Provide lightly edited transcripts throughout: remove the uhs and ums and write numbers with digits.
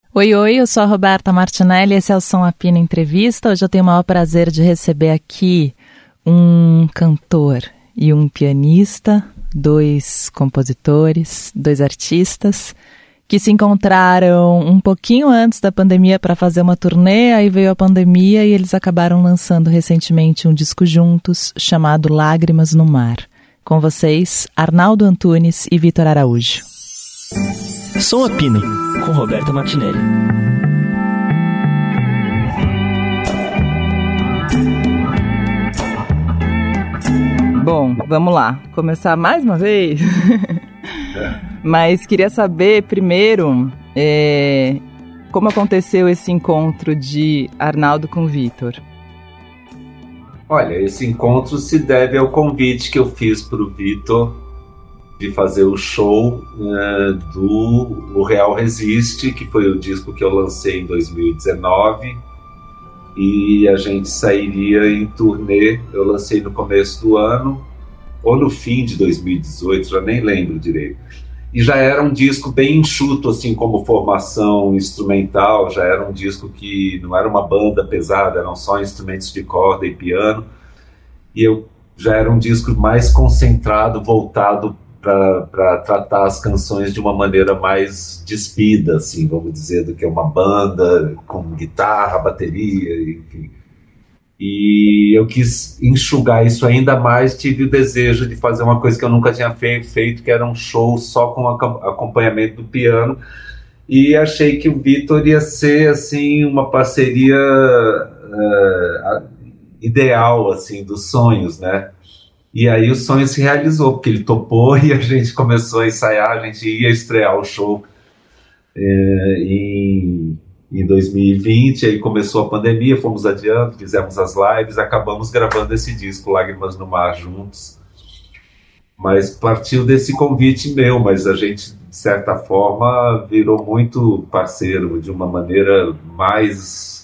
Oi, eu sou a Roberta Martinelli, esse é o Som a Pino Entrevista. Hoje eu tenho o maior prazer de receber aqui um cantor e um pianista, 2 compositores, 2 artistas, que se encontraram um pouquinho antes da pandemia para fazer uma turnê, aí veio a pandemia e eles acabaram lançando recentemente um disco juntos chamado Lágrimas no Mar. Com vocês, Arnaldo Antunes e Vitor Araújo. Som a Pino, com Roberta Martinelli. Bom, vamos lá. Começar mais uma vez? Mas queria saber primeiro como aconteceu esse encontro de Arnaldo com Vitor. Olha, esse encontro se deve ao convite que eu fiz para o Vitor de fazer o show do O Real Resiste, que foi o disco que eu lancei em 2019, e a gente sairia em turnê. Eu lancei no começo do ano, ou no fim de 2018, já nem lembro direito. E já era um disco bem enxuto, assim, como formação instrumental, já era um disco que não era uma banda pesada, eram só instrumentos de corda e piano, e já era um disco mais concentrado, voltado para tratar as canções de uma maneira mais despida, assim, vamos dizer, do que uma banda com guitarra, bateria, enfim. E eu quis enxugar isso ainda mais, tive o desejo de fazer uma coisa que eu nunca tinha feito, que era um show só com acompanhamento do piano, e achei que o Vitor ia ser, assim, uma parceria ideal, assim, dos sonhos, né? E aí o sonho se realizou, porque ele topou e a gente começou a ensaiar, a gente ia estrear o show em 2020, aí começou a pandemia, fomos adiando, fizemos as lives, acabamos gravando esse disco, Lágrimas no Mar, juntos. Mas partiu desse convite meu, mas a gente, de certa forma, virou muito parceiro, de uma maneira mais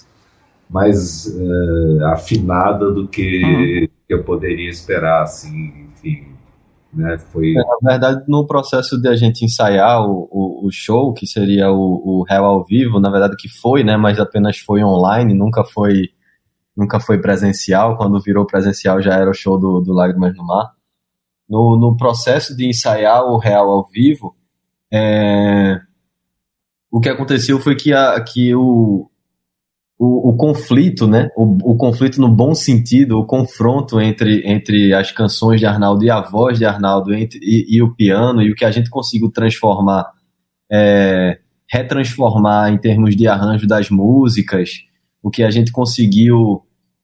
afinada do que eu poderia esperar, assim, enfim, né, foi... Na verdade, no processo de a gente ensaiar o show, que seria o Real ao Vivo, na verdade que foi, né, mas apenas foi online, nunca foi presencial. Quando virou presencial já era o show do Lágrimas no Mar. No processo de ensaiar o Real ao Vivo, o que aconteceu foi que o conflito, né? O conflito no bom sentido, o confronto entre as canções de Arnaldo e a voz de Arnaldo e o piano, e o que a gente conseguiu retransformar em termos de arranjo das músicas, o que a gente conseguiu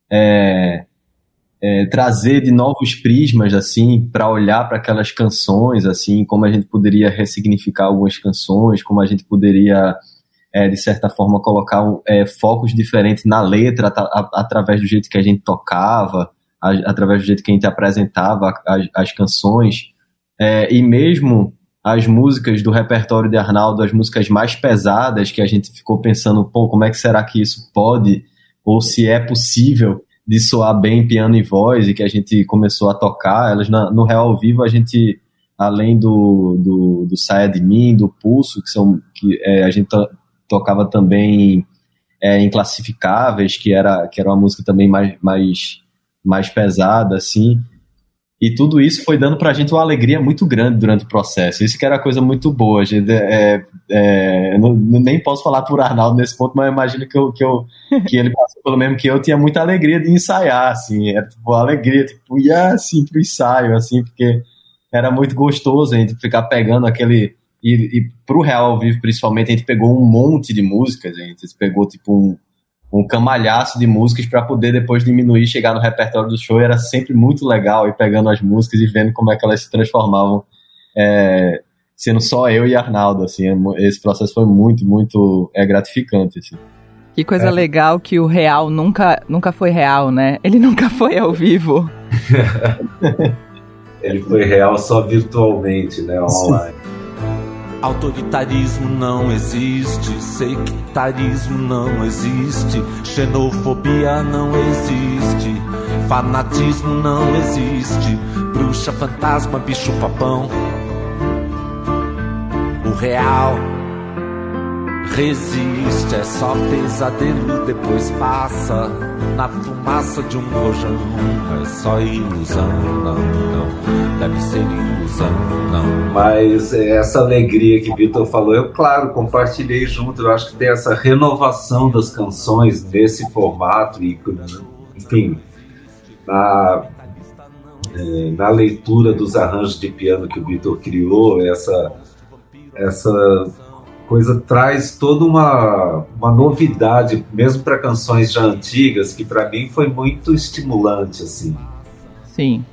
trazer de novos prismas, assim, para olhar para aquelas canções, assim, como a gente poderia ressignificar algumas canções, como a gente poderia de certa forma colocar focos diferentes na letra, através do jeito que a gente tocava, através do jeito que a gente apresentava as canções, e mesmo as músicas do repertório de Arnaldo, as músicas mais pesadas, que a gente ficou pensando, como é que será que isso pode, ou se é possível de soar bem piano e voz, e que a gente começou a tocar elas no Real ao Vivo. A gente, além do Saia de Mim, do Pulso, a gente tocava também Inclassificáveis, que era uma música também mais pesada, assim. E tudo isso foi dando pra gente uma alegria muito grande durante o processo. Isso que era coisa muito boa. Gente, nem posso falar por Arnaldo nesse ponto, mas eu imagino que ele passou pelo mesmo que eu. Tinha muita alegria de ensaiar, assim. Era tipo uma alegria, tipo, ia assim pro ensaio, assim, porque era muito gostoso a gente ficar pegando aquele... E pro Real ao Vivo, principalmente, a gente pegou um monte de músicas, a gente pegou tipo um camalhaço de músicas para poder depois diminuir, chegar no repertório do show. E era sempre muito legal ir pegando as músicas e vendo como é que elas se transformavam, sendo só eu e Arnaldo, assim. Esse processo foi muito, muito gratificante, assim. Que coisa legal que o Real nunca foi real, né? Ele nunca foi ao vivo. Ele foi real só virtualmente, né? Online. Autoritarismo não existe, sectarismo não existe, xenofobia não existe, fanatismo não existe, bruxa, fantasma, bicho, papão. O real resiste, é só pesadelo, depois passa na fumaça de um rojão. É só ilusão, não deve ser ilusão, não. Mas essa alegria que o Vitor falou, eu, claro, compartilhei junto. Eu acho que tem essa renovação das canções nesse formato e, enfim, na leitura dos arranjos de piano que o Vitor criou, essa coisa traz toda uma novidade, mesmo para canções já antigas, que para mim foi muito estimulante, assim. Sim.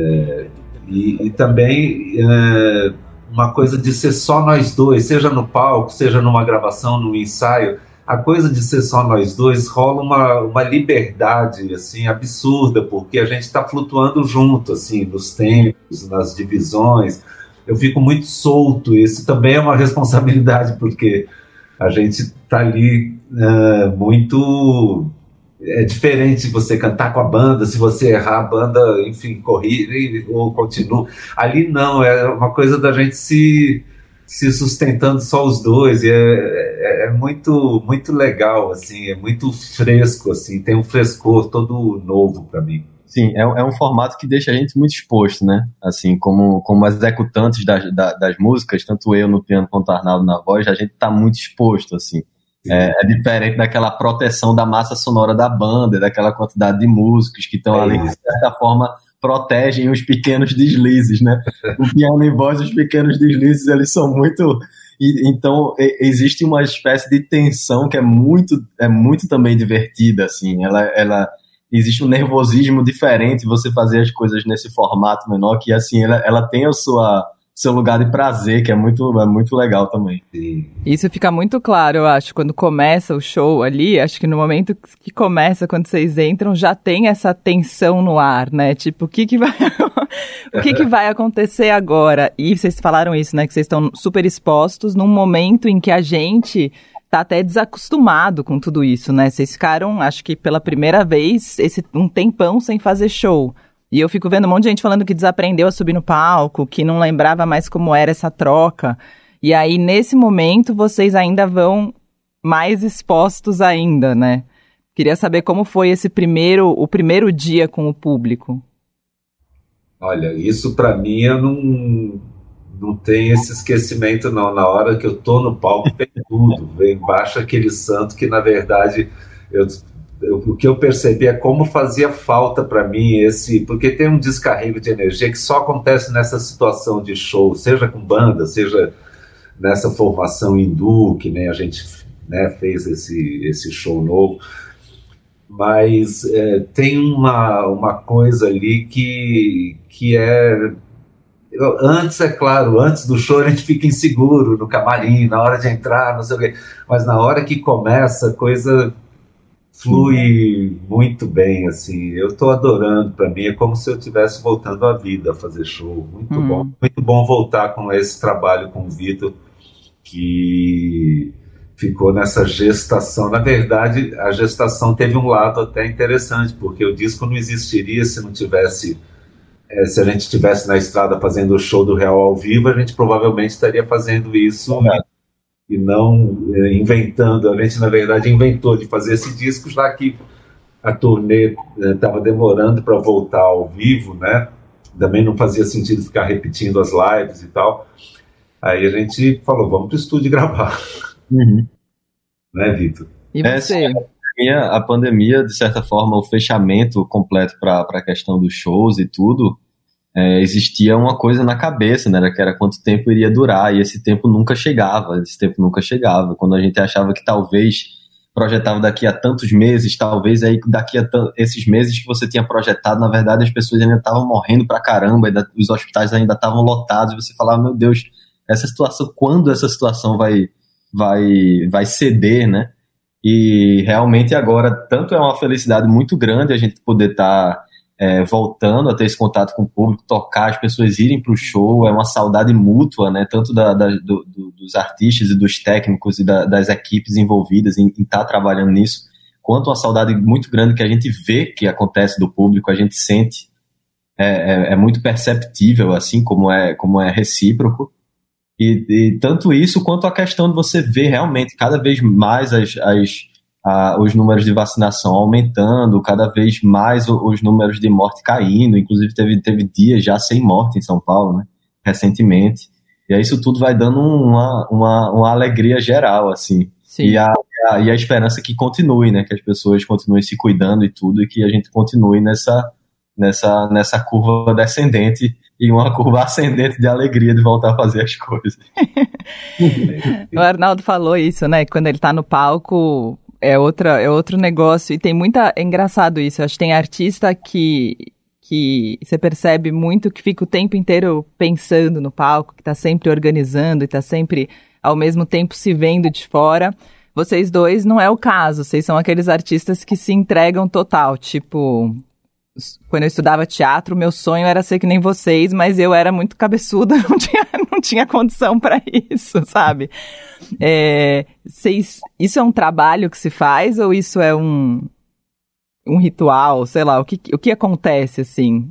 E também uma coisa de ser só nós dois, seja no palco, seja numa gravação, num ensaio. A coisa de ser só nós dois rola uma liberdade assim, absurda, porque a gente está flutuando junto, assim, nos tempos, nas divisões. Eu fico muito solto. Isso também é uma responsabilidade, porque a gente está ali muito... É diferente você cantar com a banda, se você errar a banda, enfim, corre ou continua. Ali não, é uma coisa da gente se sustentando só os dois, e é muito, muito legal, assim, é muito fresco, assim, tem um frescor todo novo para mim. Sim, é um formato que deixa a gente muito exposto, né? Assim, como executantes das músicas, tanto eu no piano quanto o Arnaldo na voz, a gente tá muito exposto, assim. É diferente daquela proteção da massa sonora da banda, daquela quantidade de músicos que estão ali, de certa forma, protegem os pequenos deslizes, né? O piano e voz, os pequenos deslizes, eles são muito... Então, existe uma espécie de tensão que é muito também divertida, assim. Ela existe um nervosismo diferente você fazer as coisas nesse formato menor, que assim, ela tem o seu lugar de prazer, que é muito legal também. Sim. Isso fica muito claro, eu acho, quando começa o show ali, acho que no momento que começa, quando vocês entram, já tem essa tensão no ar, né? Tipo, o que vai acontecer agora? E vocês falaram isso, né? Que vocês estão super expostos num momento em que a gente tá até desacostumado com tudo isso, né? Vocês ficaram, acho que pela primeira vez, um tempão sem fazer show. E eu fico vendo um monte de gente falando que desaprendeu a subir no palco, que não lembrava mais como era essa troca. E aí, nesse momento, vocês ainda vão mais expostos ainda, né? Queria saber como foi o primeiro dia com o público. Olha, isso para mim eu não tenho esse esquecimento, não. Na hora que eu tô no palco, tem tudo. Vem embaixo aquele santo que, na verdade, o que eu percebi é como fazia falta para mim porque tem um descarrego de energia que só acontece nessa situação de show, seja com banda, seja nessa formação hindu, que nem a gente, né, fez esse show novo. Mas tem uma coisa ali que é... Antes, é claro, antes do show a gente fica inseguro no camarim, na hora de entrar, não sei o quê. Mas na hora que começa, a coisa flui muito bem, assim. Eu estou adorando, para mim é como se eu estivesse voltando à vida a fazer show. Muito bom voltar com esse trabalho com o Vitor, que ficou nessa gestação. Na verdade, a gestação teve um lado até interessante, porque o disco não existiria se não tivesse... se a gente estivesse na estrada fazendo o show do Real ao vivo, a gente provavelmente estaria fazendo isso e não inventando. A gente, na verdade, inventou de fazer esse disco, já que a turnê estava demorando para voltar ao vivo, né? Também não fazia sentido ficar repetindo as lives e tal. Aí a gente falou, vamos para o estúdio gravar. Uhum. Né, Vitor? E você? A pandemia, de certa forma, o fechamento completo para a questão dos shows e tudo, existia uma coisa na cabeça, né, que era quanto tempo iria durar, e esse tempo nunca chegava. Quando a gente achava que talvez projetava daqui a tantos meses, talvez aí daqui a esses meses que você tinha projetado, na verdade as pessoas ainda estavam morrendo pra caramba, os hospitais ainda estavam lotados, e você falava, meu Deus, quando essa situação vai ceder, né? E realmente agora, tanto é uma felicidade muito grande a gente poder estar voltando a ter esse contato com o público, tocar, as pessoas irem para o show, é uma saudade mútua, né? Tanto dos artistas e dos técnicos e das equipes envolvidas em estar trabalhando nisso, quanto uma saudade muito grande que a gente vê que acontece do público, a gente sente, é muito perceptível, assim, como é recíproco. E tanto isso quanto a questão de você ver realmente cada vez mais os números de vacinação aumentando, cada vez mais os números de morte caindo. Inclusive teve dias já sem morte em São Paulo, né, recentemente. E aí isso tudo vai dando uma alegria geral, assim. Sim. E a esperança que continue, né, que as pessoas continuem se cuidando e tudo, e que a gente continue nessa curva descendente e uma curva ascendente de alegria de voltar a fazer as coisas. O Arnaldo falou isso, né? Quando ele tá no palco é outro negócio. E tem muita... É engraçado isso. Eu acho que tem artista que você percebe muito que fica o tempo inteiro pensando no palco, que tá sempre organizando e tá sempre, ao mesmo tempo, se vendo de fora. Vocês dois não é o caso. Vocês são aqueles artistas que se entregam total. Tipo... Quando eu estudava teatro, meu sonho era ser que nem vocês, mas eu era muito cabeçuda, não tinha condição para isso, sabe? Isso é um trabalho que se faz ou isso é um ritual, sei lá, o que acontece, assim?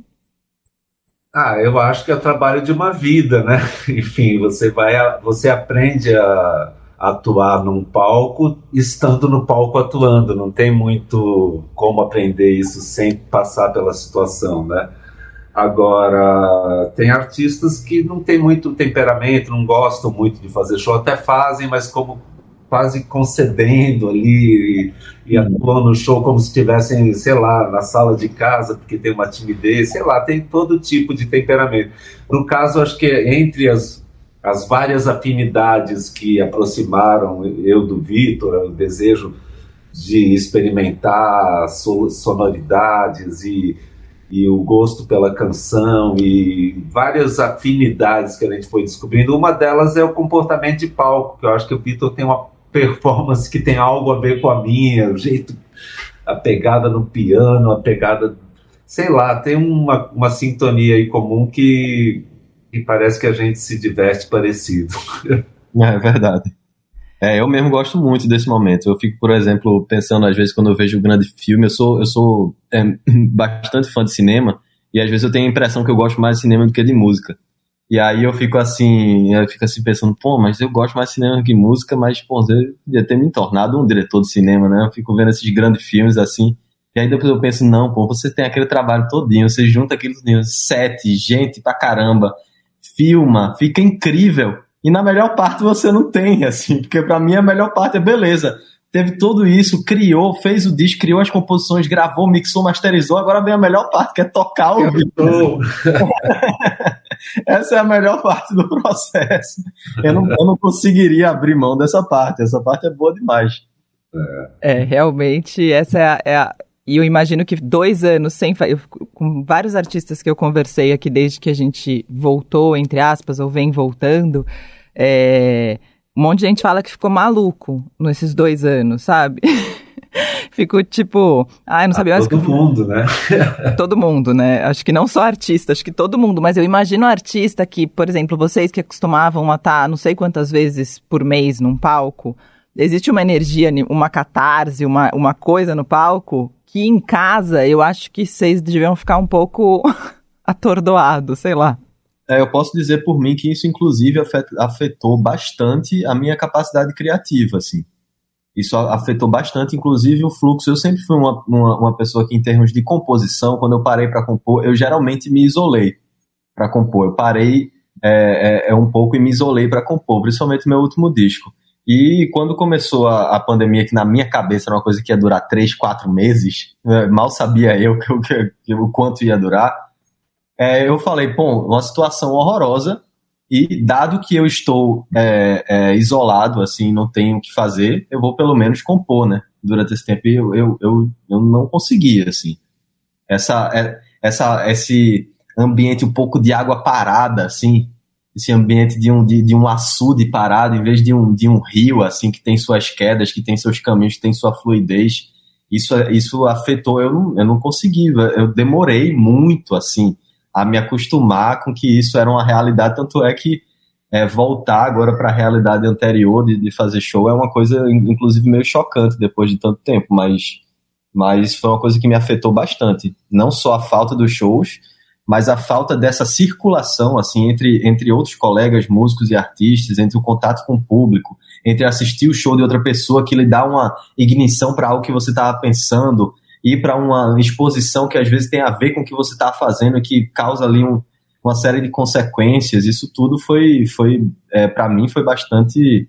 Eu acho que é o trabalho de uma vida, né? Enfim, você aprende a atuar num palco, estando no palco atuando, não tem muito como aprender isso sem passar pela situação, né? Agora, tem artistas que não tem muito temperamento, não gostam muito de fazer show, até fazem, mas como quase concedendo ali e atuam no show como se estivessem, sei lá, na sala de casa, porque tem uma timidez, sei lá, tem todo tipo de temperamento. No caso, acho que entre as várias afinidades que aproximaram eu do Vitor, o desejo de experimentar sonoridades e o gosto pela canção e várias afinidades que a gente foi descobrindo. Uma delas é o comportamento de palco, que eu acho que o Vitor tem uma performance que tem algo a ver com a minha, o jeito, a pegada no piano, a pegada, sei lá, tem uma sintonia aí comum que parece que a gente se diverte parecido. É verdade. Eu mesmo gosto muito desse momento. Eu fico, por exemplo, pensando, às vezes, quando eu vejo um grande filme, eu sou bastante fã de cinema, e às vezes eu tenho a impressão que eu gosto mais de cinema do que de música. E aí eu fico assim pensando, mas eu gosto mais de cinema do que música, mas, eu podia ter me tornado um diretor de cinema, né? Eu fico vendo esses grandes filmes assim, e aí depois eu penso, não, você tem aquele trabalho todinho, você junta aqueles set, gente pra caramba, filma, fica incrível, e na melhor parte você não tem, assim, porque pra mim a melhor parte é beleza, teve tudo isso, criou, fez o disco, criou as composições, gravou, mixou, masterizou, agora vem a melhor parte, que é tocar o vídeo. Essa é a melhor parte do processo. Eu não conseguiria abrir mão dessa parte, essa parte é boa demais. Realmente, essa é a... E eu imagino que 2 anos com vários artistas que eu conversei aqui desde que a gente voltou, entre aspas, ou vem voltando, um monte de gente fala que ficou maluco nesses 2 anos, sabe? Fico tipo, eu não sabia mais... Todo mundo, né? Todo mundo, né? Acho que não só artista, acho que todo mundo, mas eu imagino um artista que, por exemplo, vocês que acostumavam a estar não sei quantas vezes por mês num palco, existe uma energia, uma catarse, uma coisa no palco que em casa eu acho que vocês deviam ficar um pouco atordoados, sei lá. Eu posso dizer por mim que isso inclusive afetou bastante a minha capacidade criativa, assim. Isso afetou bastante, inclusive, o fluxo. Eu sempre fui uma pessoa que, em termos de composição, quando eu parei para compor, eu geralmente me isolei para compor. Eu parei um pouco e me isolei para compor, principalmente no meu último disco. E quando começou a pandemia, que na minha cabeça era uma coisa que ia durar 3, 4 meses, mal sabia eu o quanto ia durar, eu falei, uma situação horrorosa, e dado que eu estou isolado, assim, não tenho o que fazer, eu vou pelo menos compor, né? Durante esse tempo eu não conseguia, assim. Esse ambiente um pouco de água parada, assim, esse ambiente de um açude parado, em vez de um rio, assim, que tem suas quedas, que tem seus caminhos, que tem sua fluidez, isso afetou, eu não consegui, eu demorei muito, assim, a me acostumar com que isso era uma realidade, tanto é que voltar agora para a realidade anterior de fazer show é uma coisa, inclusive, meio chocante depois de tanto tempo, mas foi uma coisa que me afetou bastante, não só a falta dos shows, mas a falta dessa circulação, assim, entre outros colegas, músicos e artistas, entre o contato com o público, entre assistir o show de outra pessoa que lhe dá uma ignição para algo que você estava pensando, ir para uma exposição que às vezes tem a ver com o que você está fazendo e que causa ali uma série de consequências. Isso tudo foi para mim, foi bastante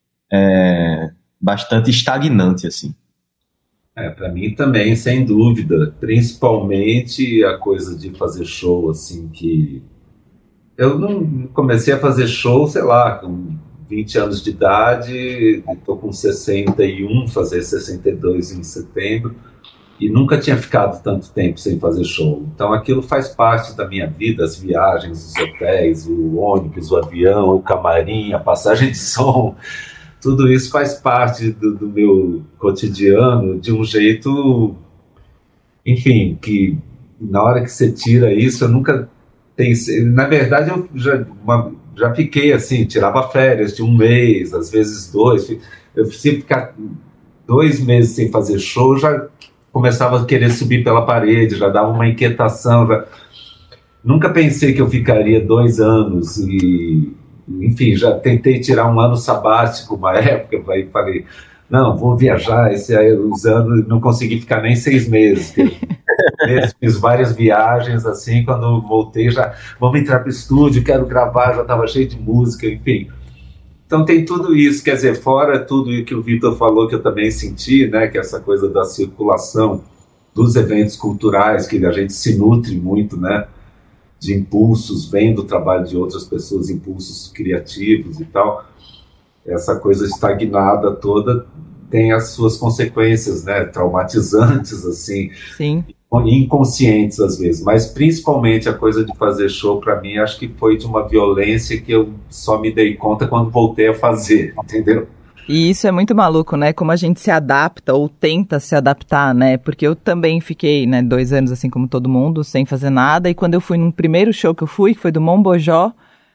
estagnante, assim. Para mim também, sem dúvida. Principalmente a coisa de fazer show, assim, que... Eu não comecei a fazer show, sei lá, com 20 anos de idade, estou com 61, fazer 62 em setembro, e nunca tinha ficado tanto tempo sem fazer show. Então aquilo faz parte da minha vida, as viagens, os hotéis, o ônibus, o avião, o camarim, a passagem de som... Tudo isso faz parte do meu cotidiano de um jeito, enfim, que na hora que você tira isso, eu nunca pensei... Na verdade, eu já fiquei assim, tirava férias de 1 mês, às vezes 2. Eu precisava ficar 2 meses sem fazer show, já começava a querer subir pela parede, já dava uma inquietação. Nunca pensei que eu ficaria 2 anos e... Enfim, já tentei tirar 1 ano sabático uma época, aí falei, não, vou viajar, os anos, não consegui ficar nem 6 meses. Fiz várias viagens, assim, quando voltei já, vamos entrar para o estúdio, quero gravar, já estava cheio de música, enfim. Então tem tudo isso, quer dizer, fora tudo que o Vitor falou, que eu também senti, né, que essa coisa da circulação dos eventos culturais, que a gente se nutre muito, né, de impulsos, vendo o trabalho de outras pessoas, impulsos criativos e tal, essa coisa estagnada toda tem as suas consequências, né, traumatizantes, assim, sim, inconscientes às vezes, mas principalmente a coisa de fazer show, para mim, acho que foi de uma violência que eu só me dei conta quando voltei a fazer, entendeu? E isso é muito maluco, né? Como a gente se adapta ou tenta se adaptar, né? Porque eu também fiquei, né, 2 anos, assim como todo mundo, sem fazer nada. E quando eu fui num primeiro show que eu fui, que foi do Mombojó,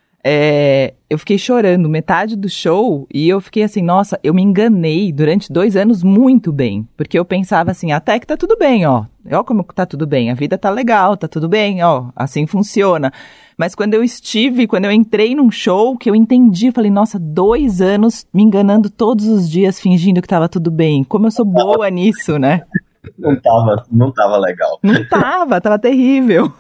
eu fiquei chorando metade do show e eu fiquei assim, nossa, eu me enganei durante 2 anos muito bem. Porque eu pensava assim, até que tá tudo bem, ó. Ó como tá tudo bem, a vida tá legal, tá tudo bem, ó, assim funciona. Mas quando eu entrei num show, que eu entendi, eu falei, nossa, 2 anos me enganando todos os dias, fingindo que tava tudo bem. Como eu sou boa nisso, né? Não tava legal. Não tava terrível.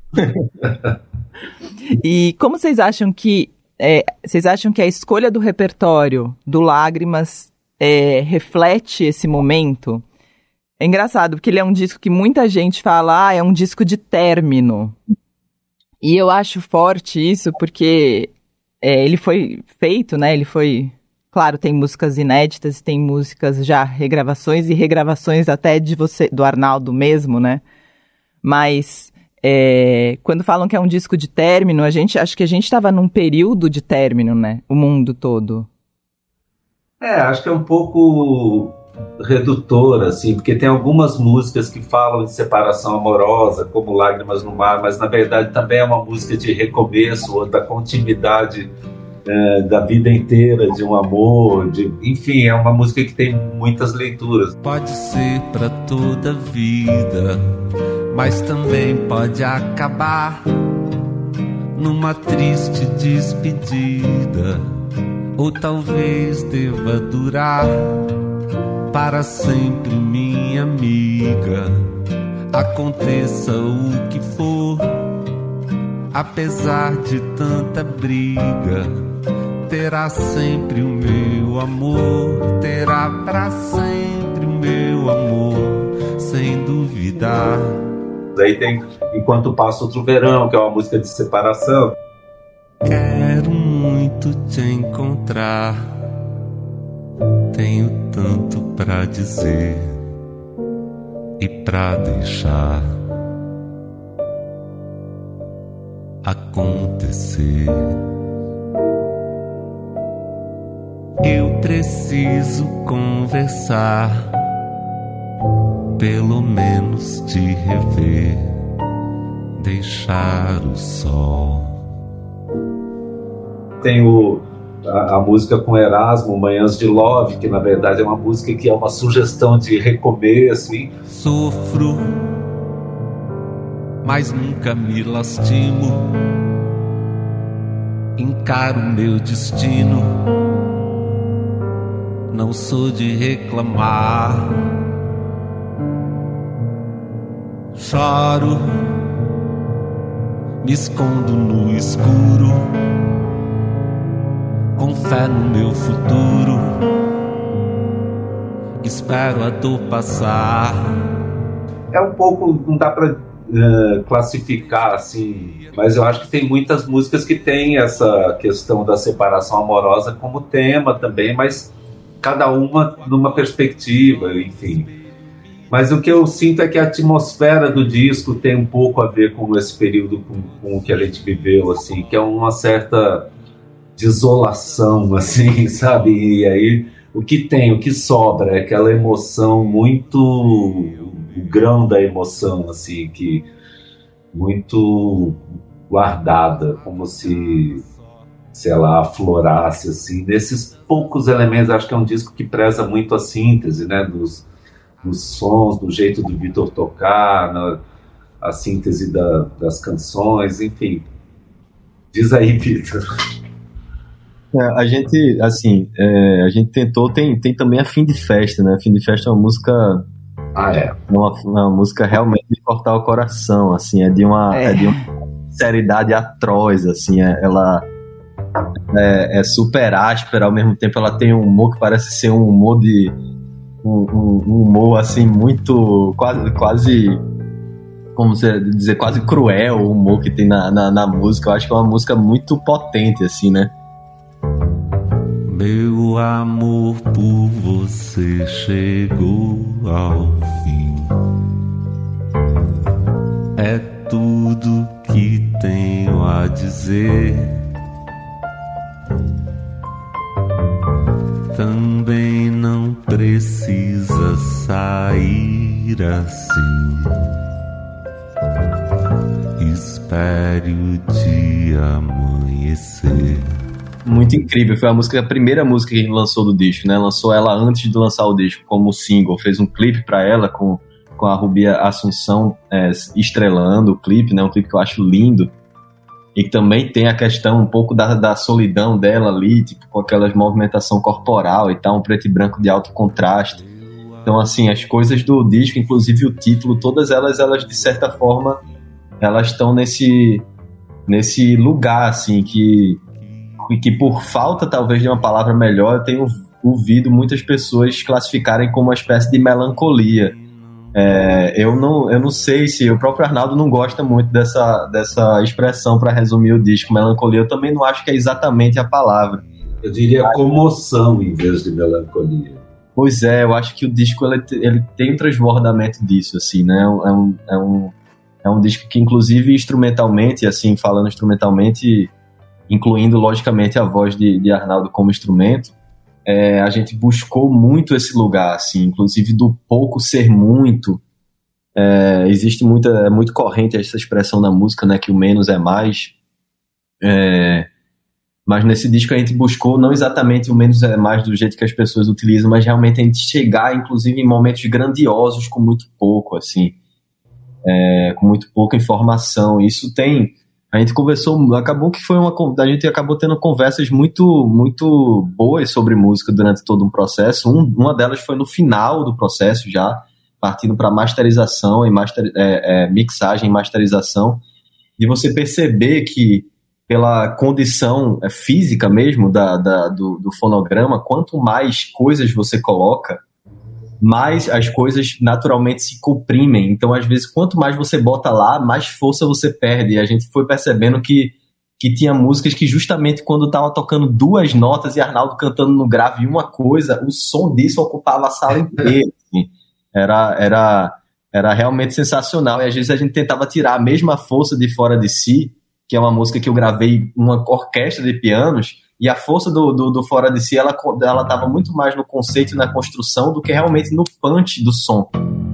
E como vocês acham que a escolha do repertório do Lágrimas reflete esse momento? É engraçado, porque ele é um disco que muita gente fala, é um disco de término. E eu acho forte isso porque ele foi feito, né? Ele foi... Claro, tem músicas inéditas, tem músicas já regravações e regravações até do Arnaldo mesmo, né? Mas quando falam que é um disco de término, acho que a gente estava num período de término, né? O mundo todo. Acho que é um pouco redutor, assim, porque tem algumas músicas que falam de separação amorosa, como Lágrimas no Mar, mas na verdade também é uma música de recomeço, ou da continuidade da vida inteira, de um amor, enfim, é uma música que tem muitas leituras. Pode ser pra toda a vida, mas também pode acabar numa triste despedida, ou talvez deva durar para sempre, minha amiga. Aconteça o que for, apesar de tanta briga, terá sempre o meu amor, terá pra sempre o meu amor, sem duvidar. Aí tem Enquanto Passa Outro Verão, que é uma música de separação. Quero muito te encontrar, tenho tanto pra dizer e pra deixar acontecer. Eu preciso conversar, pelo menos te rever, deixar o sol. Tem a música com Erasmo, Manhãs de Love, que na verdade é uma música que é uma sugestão de recomeço. Sofro mas nunca me lastimo. Encaro meu destino, não sou de reclamar. Choro, me escondo no escuro, com fé no meu futuro. Espero a dor passar. É um pouco, não dá pra classificar assim, mas eu acho que tem muitas músicas que tem essa questão da separação amorosa como tema também, mas cada uma numa perspectiva, enfim. Mas o que eu sinto é que a atmosfera do disco tem um pouco a ver com esse período, com o que a gente viveu, assim, que é uma certa desolação, assim, sabe? E aí o que sobra é aquela emoção muito, o grão da emoção, assim, que muito guardada, como se, sei lá, aflorasse, assim, desses poucos elementos. Acho que é um disco que preza muito a síntese, né, dos sons, do jeito do Vitor tocar, a síntese das canções, enfim. Diz aí, Vitor. A gente, assim, a gente tentou, tem também a Fim de Festa, né? Fim de Festa é uma música... uma música realmente de cortar o coração, assim, é de uma seriedade atroz, assim, ela é super áspera, ao mesmo tempo ela tem um humor que parece ser um humor um humor, assim, muito, quase como dizer, quase cruel, o humor que tem na música. Eu acho que é uma música muito potente, assim, né? Meu amor por você chegou ao fim. É tudo que tenho a dizer. Também não precisa sair assim. Espere o dia amanhecer. Muito incrível, foi a primeira música que a gente lançou do disco, né? Lançou ela antes de lançar o disco como single, fez um clipe pra ela com a Rubi Assunção estrelando o clipe, né? Um clipe que eu acho lindo e que também tem a questão um pouco da solidão dela ali, tipo, com aquelas movimentação corporal e tal, um preto e branco de alto contraste. Então, assim, as coisas do disco, inclusive o título, todas elas de certa forma, elas estão nesse lugar, assim, que por falta talvez de uma palavra melhor, eu tenho ouvido muitas pessoas classificarem como uma espécie de melancolia. Eu não sei se o próprio Arnaldo não gosta muito dessa expressão para resumir o disco, melancolia. Eu também não acho que é exatamente a palavra. Eu diria comoção em vez de melancolia. Pois é, eu acho que o disco ele tem um transbordamento disso, assim, né? É um disco que, inclusive, instrumentalmente, assim, falando instrumentalmente, incluindo, logicamente, a voz de Arnaldo como instrumento, a gente buscou muito esse lugar, assim, inclusive do pouco ser muito. Existe muito corrente essa expressão na música, né, que o menos é mais. Mas nesse disco a gente buscou não exatamente o menos é mais do jeito que as pessoas utilizam, mas realmente a gente chegar, inclusive, em momentos grandiosos com muito pouco, assim, com muito pouca informação. Isso tem... A gente conversou, a gente acabou tendo conversas muito, muito boas sobre música durante todo um processo. Uma delas foi no final do processo, já partindo para masterização, mixagem e masterização, de você perceber que, pela condição física mesmo do fonograma, quanto mais coisas você coloca, mais as coisas naturalmente se comprimem. Então, às vezes, quanto mais você bota lá, mais força você perde. E a gente foi percebendo que tinha músicas que, justamente quando estava tocando duas notas e Arnaldo cantando no grave uma coisa, o som disso ocupava a sala inteira. Assim. Era realmente sensacional. E às vezes a gente tentava tirar a mesma força de Fora de Si, que é uma música que eu gravei uma orquestra de pianos, e a força do Fora de Si, ela estava muito mais no conceito e na construção do que realmente no punch do som.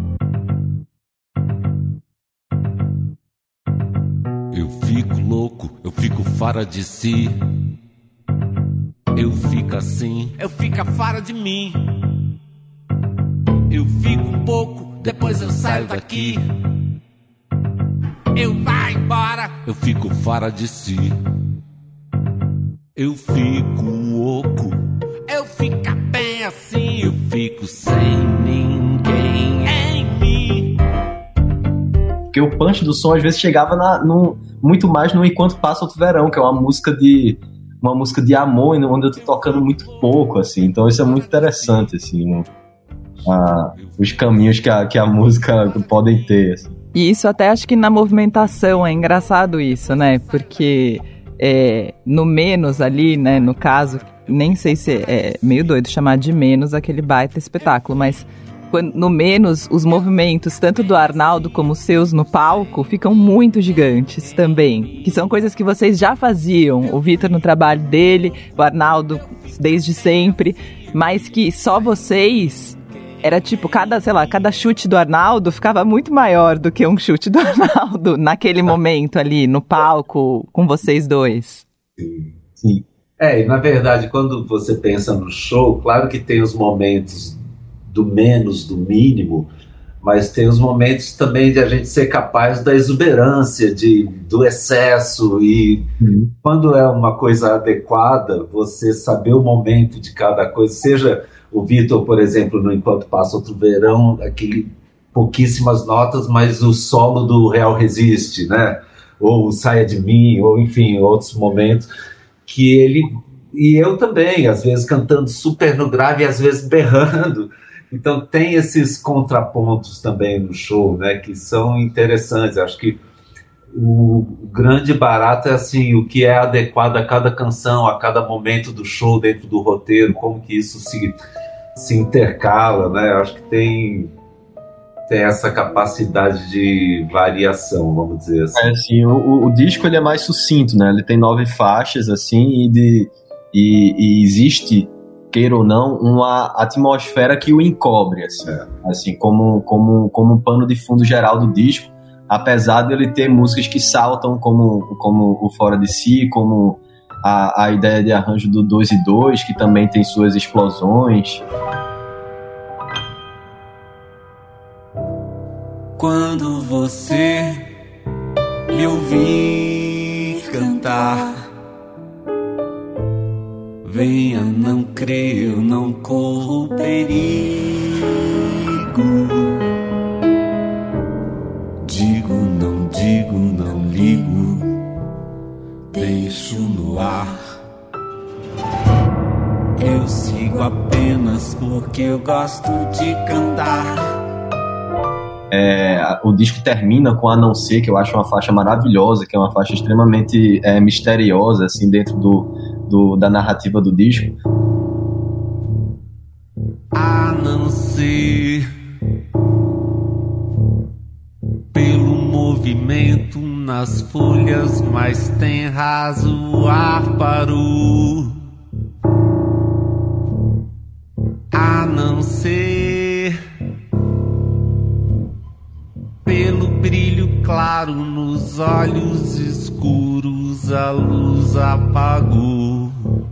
Eu fico louco, eu fico fora de si. Eu fico assim, eu fico fora de mim. Eu fico um pouco, depois eu saio daqui. eu vai embora, eu fico fora de si. Eu fico oco, eu fico bem assim, eu fico sem ninguém em mim. Porque o punch do som às vezes chegava muito mais no Enquanto Passa Outro Verão, que é uma música de amor, onde eu tô tocando muito pouco, assim. Então isso é muito interessante, assim, os caminhos que a música podem ter, assim. E isso até acho que na movimentação é engraçado isso, né? Porque no menos ali, né, no caso, nem sei se é meio doido chamar de menos aquele baita espetáculo, mas no menos os movimentos, tanto do Arnaldo como os seus no palco, ficam muito gigantes também, que são coisas que vocês já faziam, o Vitor no trabalho dele, o Arnaldo desde sempre, mas que só vocês... Era tipo, cada chute do Arnaldo ficava muito maior do que um chute do Arnaldo naquele momento ali, no palco, com vocês dois. Sim. E na verdade, quando você pensa no show, claro que tem os momentos do menos, do mínimo, mas tem os momentos também de a gente ser capaz da exuberância, do excesso, e quando é uma coisa adequada, você saber o momento de cada coisa, seja... O Vitor, por exemplo, no Enquanto Passa Outro Verão, aquele pouquíssimas notas, mas o solo do Real Resiste, né? Ou Saia de Mim, ou enfim, outros momentos que ele... E eu também, às vezes cantando super no grave e às vezes berrando. Então tem esses contrapontos também no show, né? Que são interessantes. Acho que o grande barato é assim, o que é adequado a cada canção, a cada momento do show, dentro do roteiro, como que isso se intercala, né? Acho que tem essa capacidade de variação, vamos dizer assim. Assim, o disco ele é mais sucinto, né? Ele tem 9 faixas, assim, e existe, queira ou não, uma atmosfera que o encobre, assim, assim como um pano de fundo geral do disco. Apesar de ele ter músicas que saltam como o Fora de Si, como a ideia de arranjo do 2 e 2, que também tem suas explosões. Quando você me ouvir cantar, venha, não crer, eu não corro perigo. Digo, não ligo, deixo no ar. Eu sigo apenas porque eu gosto de cantar. O disco termina com A Não Ser, que eu acho uma faixa maravilhosa, que é uma faixa extremamente misteriosa, assim, dentro da narrativa do disco. A não ser pelo movimento nas folhas, mas tem raso, o ar parou. A não ser pelo brilho claro nos olhos escuros, a luz apagou.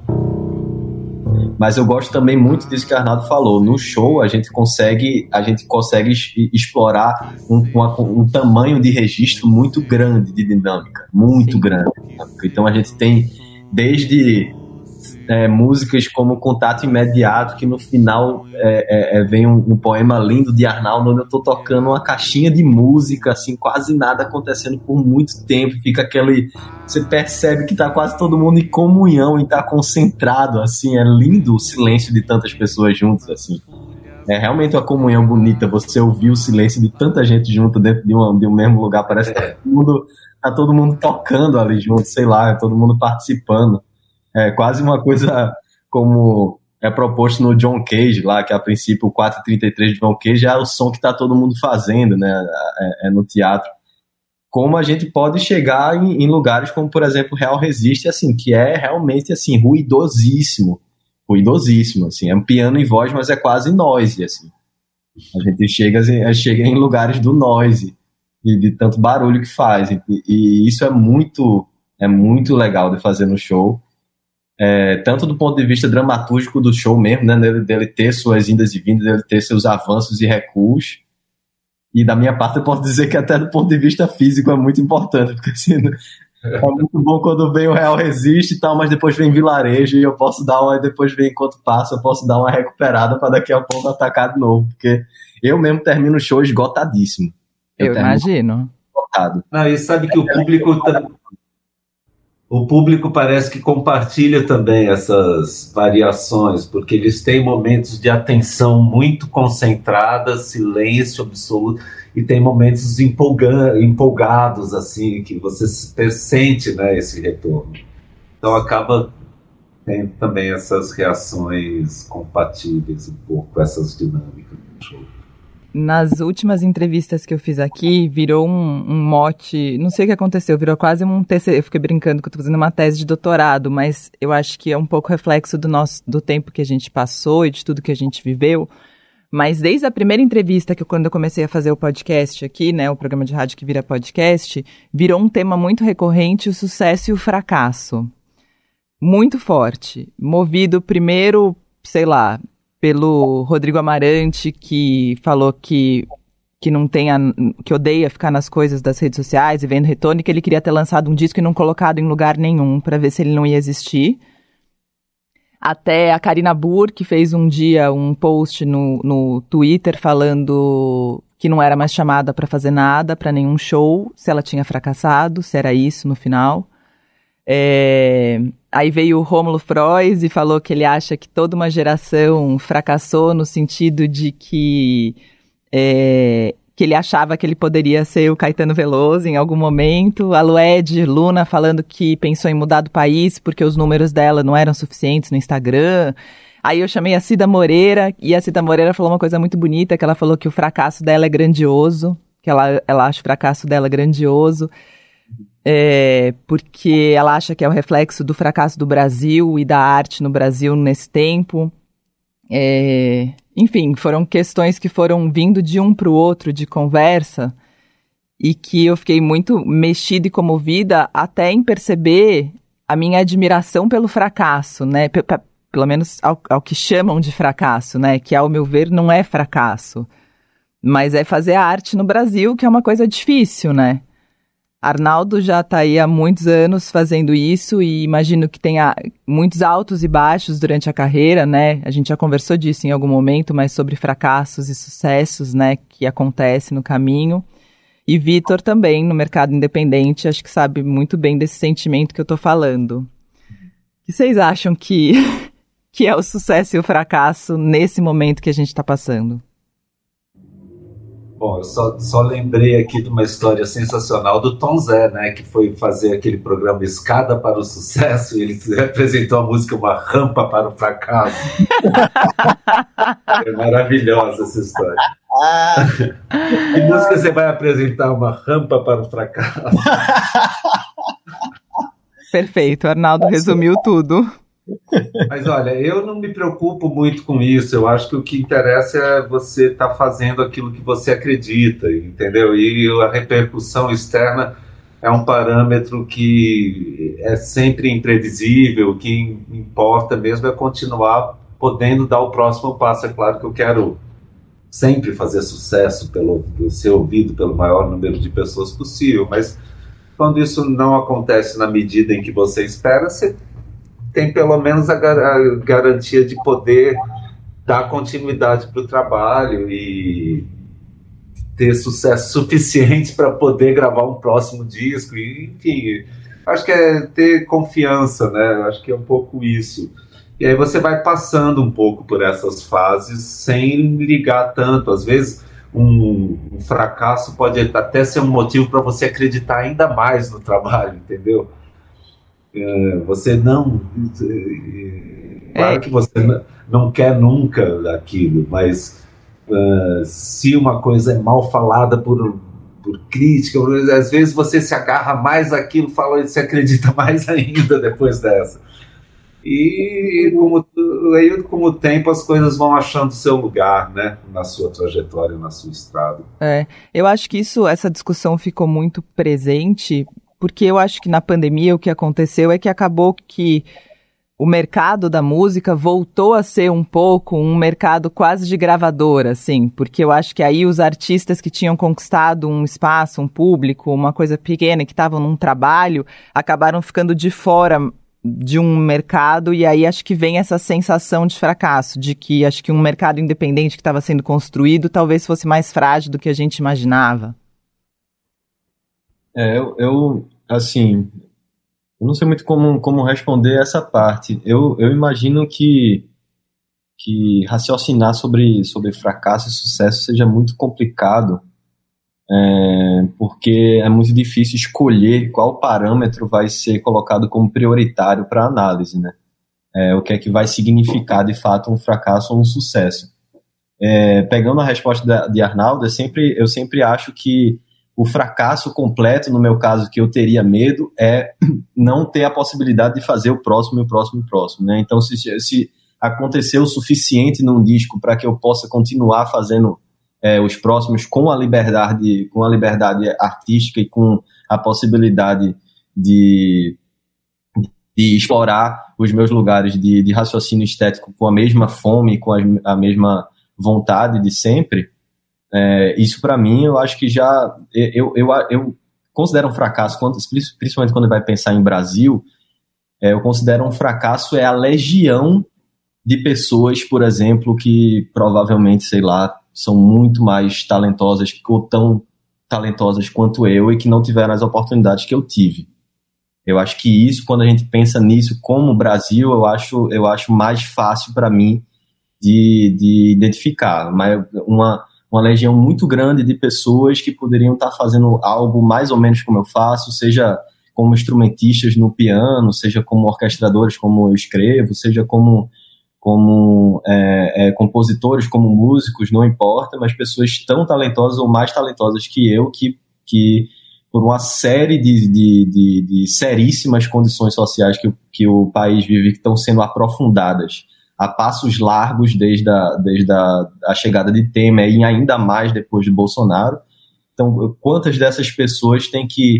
Mas eu gosto também muito disso que o Arnaldo falou. No show a gente consegue explorar um tamanho de registro muito grande de dinâmica, muito grande. Então a gente tem desde músicas como Contato Imediato, que no final vem um poema lindo de Arnaldo, onde eu tô tocando uma caixinha de música, assim, quase nada acontecendo por muito tempo, fica aquele... Você percebe que tá quase todo mundo em comunhão e tá concentrado, assim, é lindo o silêncio de tantas pessoas juntas, assim. É realmente uma comunhão bonita, você ouvir o silêncio de tanta gente junto dentro de um mesmo lugar, parece que tá todo mundo tocando ali junto, sei lá, todo mundo participando. É quase uma coisa como é proposto no John Cage lá, que a princípio o 4:33 de John Cage é o som que tá todo mundo fazendo, né, no teatro. Como a gente pode chegar em lugares como, por exemplo, Real Resiste, assim, que é realmente, assim, ruidosíssimo, assim, é um piano e voz, mas é quase noise, assim. A gente chega em lugares do noise, de tanto barulho que faz, e isso é muito legal de fazer no show. Tanto do ponto de vista dramatúrgico do show mesmo, né, dele ter suas indas e vindas, dele ter seus avanços e recuos, E da minha parte eu posso dizer que até do ponto de vista físico é muito importante, porque assim, é muito bom quando vem o Real Resiste e tal, mas depois vem Vilarejo e eu posso dar uma, depois vem Enquanto Passa, eu posso dar uma recuperada para daqui a pouco atacar de novo, porque eu mesmo termino o show esgotadíssimo. Eu imagino. Esgotado. Não, e sabe que o público parece que compartilha também essas variações, porque eles têm momentos de atenção muito concentrada, silêncio absoluto, e tem momentos empolgados, assim, que você sente, né, esse retorno. Então acaba tendo também essas reações compatíveis, um pouco essas dinâmicas do show. Nas últimas entrevistas que eu fiz aqui, virou um mote, não sei o que aconteceu, virou quase um TCC, eu fiquei brincando que eu estou fazendo uma tese de doutorado, mas eu acho que é um pouco reflexo do tempo que a gente passou e de tudo que a gente viveu. Mas desde a primeira entrevista, quando eu comecei a fazer o podcast aqui, né, o programa de rádio que vira podcast, virou um tema muito recorrente, o sucesso e o fracasso. Muito forte. Movido primeiro, sei lá, pelo Rodrigo Amarante, que falou que odeia ficar nas coisas das redes sociais e vendo retorno, e que ele queria ter lançado um disco e não colocado em lugar nenhum para ver se ele não ia existir. Até a Karina Burr, que fez um dia um post no Twitter falando que não era mais chamada para fazer nada, para nenhum show, se ela tinha fracassado, se era isso no final. Aí veio o Rômulo Frois e falou que ele acha que toda uma geração fracassou no sentido de que ele achava que ele poderia ser o Caetano Veloso em algum momento. A Luna falando que pensou em mudar do país porque os números dela não eram suficientes no Instagram. Aí eu chamei a Cida Moreira, e a Cida Moreira falou uma coisa muito bonita, que ela falou que o fracasso dela é grandioso, que ela acha o fracasso dela grandioso, porque ela acha que é o reflexo do fracasso do Brasil e da arte no Brasil nesse tempo. Enfim, foram questões que foram vindo de um para o outro de conversa e que eu fiquei muito mexida e comovida até em perceber a minha admiração pelo fracasso, né? Pelo menos ao que chamam de fracasso, né? Que, ao meu ver, não é fracasso, mas é fazer arte no Brasil, que é uma coisa difícil, né? Arnaldo já está aí há muitos anos fazendo isso e imagino que tenha muitos altos e baixos durante a carreira, né? A gente já conversou disso em algum momento, mas sobre fracassos e sucessos, né, que acontecem no caminho. E Vitor também, no mercado independente, acho que sabe muito bem desse sentimento que eu estou falando. O que vocês acham que é o sucesso e o fracasso nesse momento que a gente está passando? Bom, eu só lembrei aqui de uma história sensacional do Tom Zé, né, que foi fazer aquele programa Escada para o Sucesso, e ele apresentou a música Uma Rampa para o Fracasso. É maravilhosa essa história. Que música você vai apresentar? Uma Rampa para o Fracasso? Perfeito, Arnaldo resumiu tudo. Mas olha, eu não me preocupo muito com isso. Eu acho que o que interessa é você estar fazendo aquilo que você acredita, entendeu? E a repercussão externa é um parâmetro que é sempre imprevisível. O que importa mesmo é continuar podendo dar o próximo passo. É claro que eu quero sempre fazer sucesso, ser ouvido pelo maior número de pessoas possível, mas quando isso não acontece na medida em que você espera, você tem pelo menos a garantia de poder dar continuidade para o trabalho e ter sucesso suficiente para poder gravar um próximo disco. E, enfim, acho que é ter confiança, né? Acho que é um pouco isso. E aí você vai passando um pouco por essas fases sem ligar tanto. Às vezes um fracasso pode até ser um motivo para você acreditar ainda mais no trabalho, entendeu? Você não... Claro que você não quer nunca aquilo, mas se uma coisa é mal falada por crítica, às vezes você se agarra mais àquilo, se acredita mais ainda depois dessa. E com o tempo as coisas vão achando seu lugar, né, na sua trajetória, na sua estrada. Eu acho que essa discussão ficou muito presente, porque eu acho que na pandemia o que aconteceu é que acabou que o mercado da música voltou a ser um pouco um mercado quase de gravadora, assim, porque eu acho que aí os artistas que tinham conquistado um espaço, um público, uma coisa pequena, que estavam num trabalho, acabaram ficando de fora de um mercado, e aí acho que vem essa sensação de fracasso, de que acho que um mercado independente que estava sendo construído talvez fosse mais frágil do que a gente imaginava. Assim, eu não sei muito como responder essa parte. Eu imagino que raciocinar sobre fracasso e sucesso seja muito complicado, porque é muito difícil escolher qual parâmetro vai ser colocado como prioritário para análise, né? O que é que vai significar de fato um fracasso ou um sucesso. Pegando a resposta de Arnaldo, eu sempre acho que o fracasso completo, no meu caso, que eu teria medo, é não ter a possibilidade de fazer o próximo, né? Então, se acontecer o suficiente num disco para que eu possa continuar fazendo os próximos com a liberdade artística e com a possibilidade de explorar os meus lugares de raciocínio estético com a mesma fome, com a mesma vontade de sempre, isso para mim eu acho que já eu considero um fracasso, principalmente quando vai pensar em Brasil, eu considero um fracasso a legião de pessoas, por exemplo, que provavelmente, sei lá, são muito mais talentosas ou tão talentosas quanto eu e que não tiveram as oportunidades que eu tive. Eu acho que isso, quando a gente pensa nisso como Brasil, eu acho mais fácil para mim de identificar. Mas uma legião muito grande de pessoas que poderiam estar fazendo algo mais ou menos como eu faço, seja como instrumentistas no piano, seja como orquestradores, como eu escrevo, seja como compositores, como músicos, não importa, mas pessoas tão talentosas ou mais talentosas que eu, que por uma série de seríssimas condições sociais que o país vive, que estão sendo aprofundadas a passos largos desde a chegada de Temer e ainda mais depois de Bolsonaro. Então, quantas dessas pessoas têm que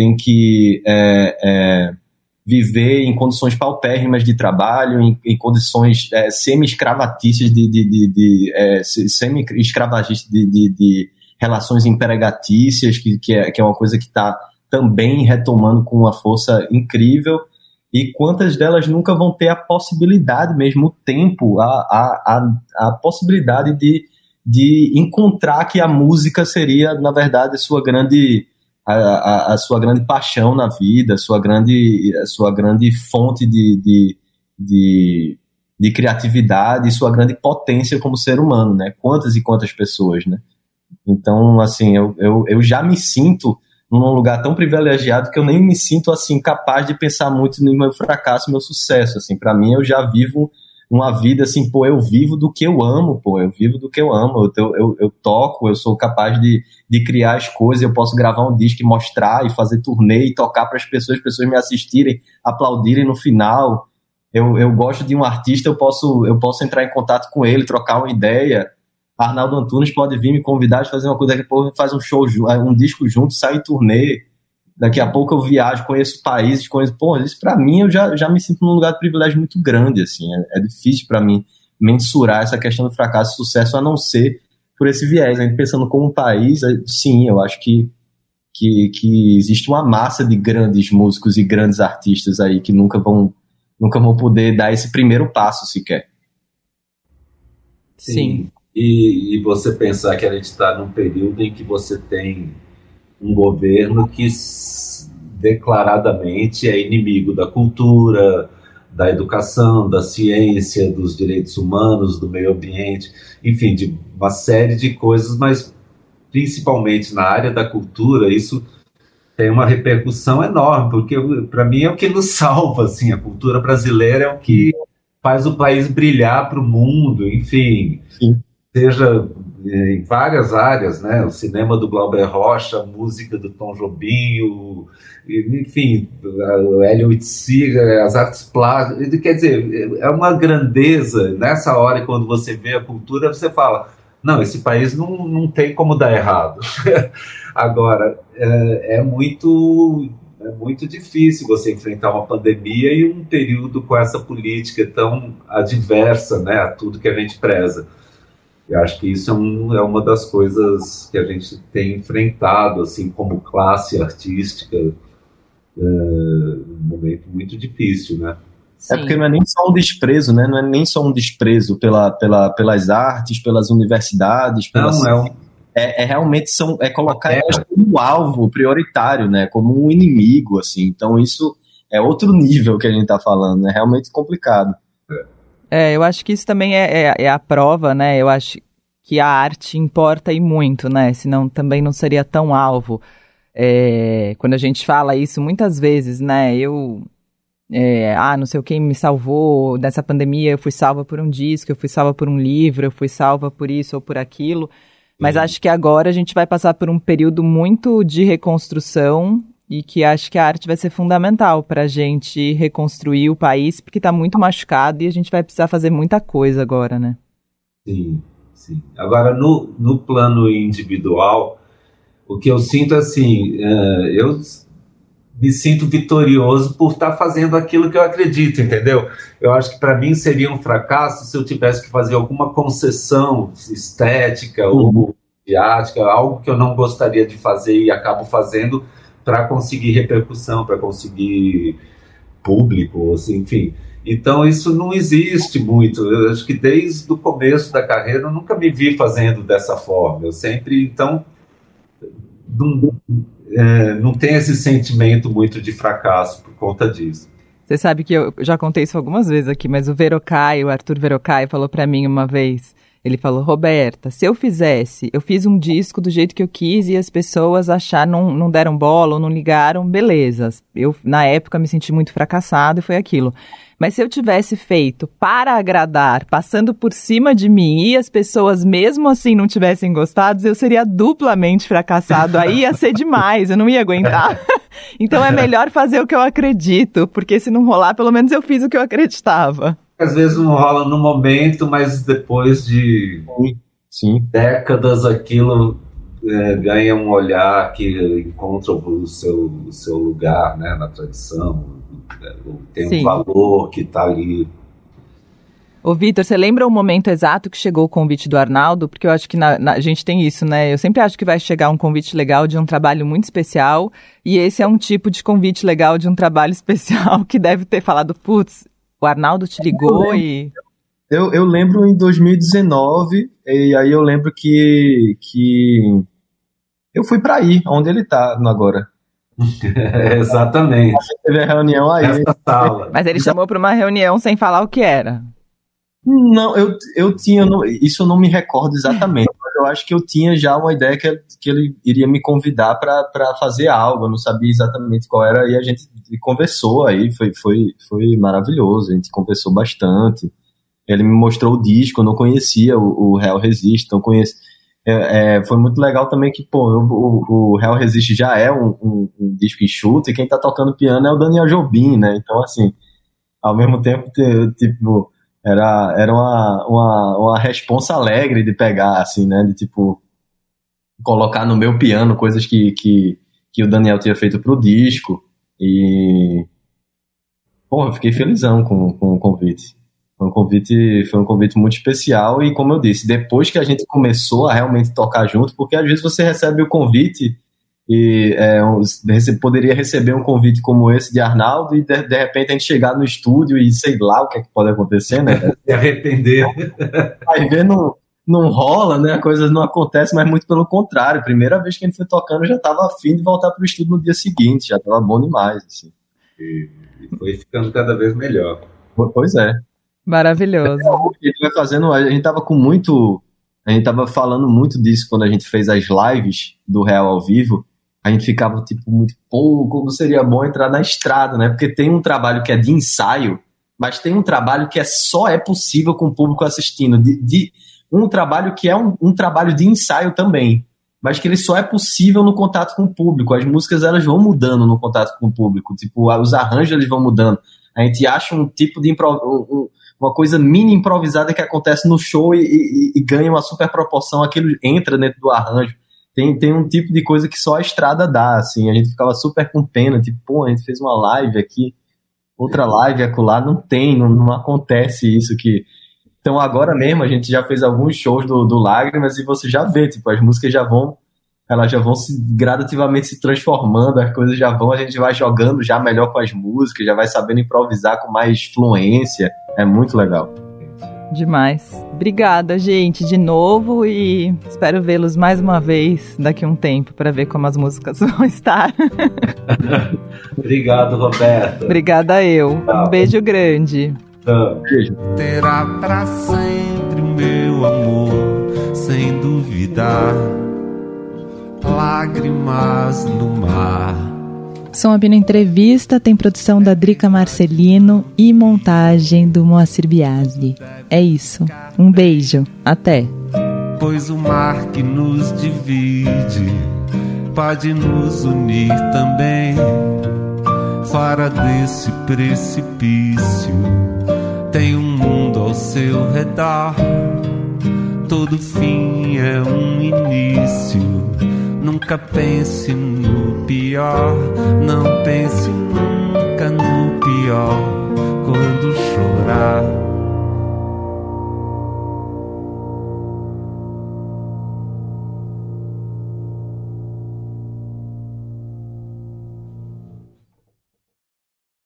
viver em condições paupérrimas de trabalho, em condições semi-escravatícias semi-escravagistas de relações empregatícias, que é uma coisa que está também retomando com uma força incrível, e quantas delas nunca vão ter a possibilidade mesmo, o tempo, a possibilidade de encontrar que a música seria, na verdade, a sua grande paixão na vida, a sua grande fonte de criatividade e sua grande potência como ser humano, né? Quantas e quantas pessoas, né? Então, assim, eu já me sinto num lugar tão privilegiado que eu nem me sinto, assim, capaz de pensar muito no meu fracasso, no meu sucesso, assim. Para mim, eu já vivo uma vida, assim, eu vivo do que eu amo, eu toco, eu sou capaz de criar as coisas, eu posso gravar um disco e mostrar, e fazer turnê, e tocar para as pessoas me assistirem, aplaudirem no final. Eu gosto de um artista, eu posso entrar em contato com ele, trocar uma ideia. Arnaldo Antunes pode vir me convidar de fazer uma coisa, daqui a pouco faz um show, um disco junto, sai em turnê, daqui a pouco eu viajo, conheço países, isso pra mim, eu já me sinto num lugar de privilégio muito grande, assim, é difícil pra mim mensurar essa questão do fracasso e sucesso, a não ser por esse viés, né? Pensando como um país, sim, eu acho que existe uma massa de grandes músicos e grandes artistas aí que nunca vão poder dar esse primeiro passo sequer. Sim. E você pensar que a gente está num período em que você tem um governo que declaradamente é inimigo da cultura, da educação, da ciência, dos direitos humanos, do meio ambiente, enfim, de uma série de coisas, mas principalmente na área da cultura, isso tem uma repercussão enorme, porque para mim é o que nos salva, assim, a cultura brasileira é o que faz o país brilhar para o mundo, enfim. Sim. Seja em várias áreas, né? O cinema do Glauber Rocha, a música do Tom Jobim, enfim, o Hélio Itziga, as artes plásticas, quer dizer, é uma grandeza. Nessa hora, quando você vê a cultura, você fala, não, esse país não tem como dar errado. Agora, é muito É muito difícil você enfrentar uma pandemia e um período com essa política tão adversa, né, a tudo que a gente preza. Eu acho que isso é uma das coisas que a gente tem enfrentado, assim, como classe artística, um momento muito difícil, né? Sim. É porque não é nem só um desprezo, né? Não é nem só um desprezo pelas artes, pelas universidades, realmente colocar elas como alvo prioritário, né? Como um inimigo, assim. Então isso é outro nível que a gente está falando, é realmente complicado. Eu acho que isso também é a prova, né? Eu acho que a arte importa e muito, né? Senão também não seria tão alvo. Quando a gente fala isso muitas vezes, né? Não sei quem me salvou dessa pandemia, eu fui salva por um disco, eu fui salva por um livro, eu fui salva por isso ou por aquilo. Mas acho que agora a gente vai passar por um período muito de reconstrução e que acho que a arte vai ser fundamental para a gente reconstruir o país, porque está muito machucado e a gente vai precisar fazer muita coisa agora, né? Sim, sim. Agora, no plano individual, o que eu sinto assim, eu me sinto vitorioso por estar fazendo aquilo que eu acredito, entendeu? Eu acho que para mim seria um fracasso se eu tivesse que fazer alguma concessão estética ou midiática, algo que eu não gostaria de fazer e acabo fazendo para conseguir repercussão, para conseguir público, assim, enfim. Então isso não existe muito. Eu acho que desde o começo da carreira eu nunca me vi fazendo dessa forma. Eu sempre, então, não tem esse sentimento muito de fracasso por conta disso. Você sabe que eu já contei isso algumas vezes aqui, mas o Arthur Verocai, falou pra mim uma vez, ele falou: Roberta, se eu fiz um disco do jeito que eu quis e as pessoas não deram bola ou não ligaram, beleza. Eu, na época, me senti muito fracassado e foi aquilo. Mas se eu tivesse feito para agradar, passando por cima de mim, e as pessoas mesmo assim não tivessem gostado, eu seria duplamente fracassado. Aí ia ser demais, eu não ia aguentar. Então é melhor fazer o que eu acredito, porque se não rolar, pelo menos eu fiz o que eu acreditava. Às vezes não rola no momento, mas depois de décadas aquilo ganha um olhar que encontra o seu lugar, né, na tradição. Tem um valor que está ali. Ô, Vitor, você lembra o momento exato que chegou o convite do Arnaldo? Porque eu acho que a gente tem isso, né? Eu sempre acho que vai chegar um convite legal de um trabalho muito especial, e esse é um tipo de convite legal de um trabalho especial que deve ter falado, putz, o Arnaldo te ligou e... Eu lembro em 2019, e aí eu lembro que eu fui para aí, onde ele está agora. Exatamente. Teve a reunião aí. Nessa sala. Mas ele chamou para uma reunião sem falar o que era. Não, eu tinha... Isso eu não me recordo exatamente, mas eu acho que eu tinha já uma ideia que ele iria me convidar para fazer algo, eu não sabia exatamente qual era, e a gente conversou aí, foi maravilhoso, a gente conversou bastante. Ele me mostrou o disco, eu não conhecia o Real Resiste, então foi muito legal também que, o Real Resiste já é um disco enxuto, e quem tá tocando piano é o Daniel Jobim, né? Então, assim, ao mesmo tempo, tipo, era uma responsa alegre de pegar, assim, né? De, tipo, colocar no meu piano coisas que o Daniel tinha feito pro disco, e... eu fiquei felizão com o convite. Foi um convite muito especial, e como eu disse, depois que a gente começou a realmente tocar junto, porque às vezes você recebe o convite e você poderia receber um convite como esse de Arnaldo e de repente a gente chegar no estúdio e sei lá o que é que pode acontecer, né? Se arrepender. Aí ver não rola, né? A coisa não acontece, mas muito pelo contrário. Primeira vez que a gente foi tocando, eu já estava afim de voltar pro estúdio no dia seguinte, já estava bom demais, assim. E foi ficando cada vez melhor. Pois é. Maravilhoso. A gente tava falando muito disso quando a gente fez as lives do Real ao vivo. A gente ficava tipo muito, como seria bom entrar na estrada, né? Porque tem um trabalho que é de ensaio, mas tem um trabalho que só é possível com o público assistindo. Um trabalho que é um trabalho de ensaio também, mas que ele só é possível no contato com o público. As músicas, elas vão mudando no contato com o público. Tipo, os arranjos, eles vão mudando. A gente acha um tipo de uma coisa mini improvisada que acontece no show e ganha uma super proporção, aquilo entra dentro do arranjo. tem um tipo de coisa que só a estrada dá, assim, a gente ficava super com pena, tipo, pô, a gente fez uma live aqui, outra live acolá, não acontece isso que... Então agora mesmo a gente já fez alguns shows do Lágrimas e você já vê, tipo, as músicas elas já vão gradativamente se transformando, as coisas a gente vai jogando já melhor com as músicas, já vai sabendo improvisar com mais fluência, é muito legal. Demais. Obrigada, gente, de novo, e espero vê-los mais uma vez daqui a um tempo para ver como as músicas vão estar. Obrigado, Roberta. Obrigada eu. Um beijo grande. Beijo. Terá pra sempre meu amor, sem duvidar. Lágrimas no mar. Som a Pino Entrevista tem produção da Drica Marcelino e montagem do Moacir Biasi. É isso. Um beijo. Até. Pois o mar que nos divide pode nos unir também. Fora desse precipício tem um mundo ao seu redor. Todo fim é um início. Nunca pense no pior, não pense nunca no pior. Quando chorar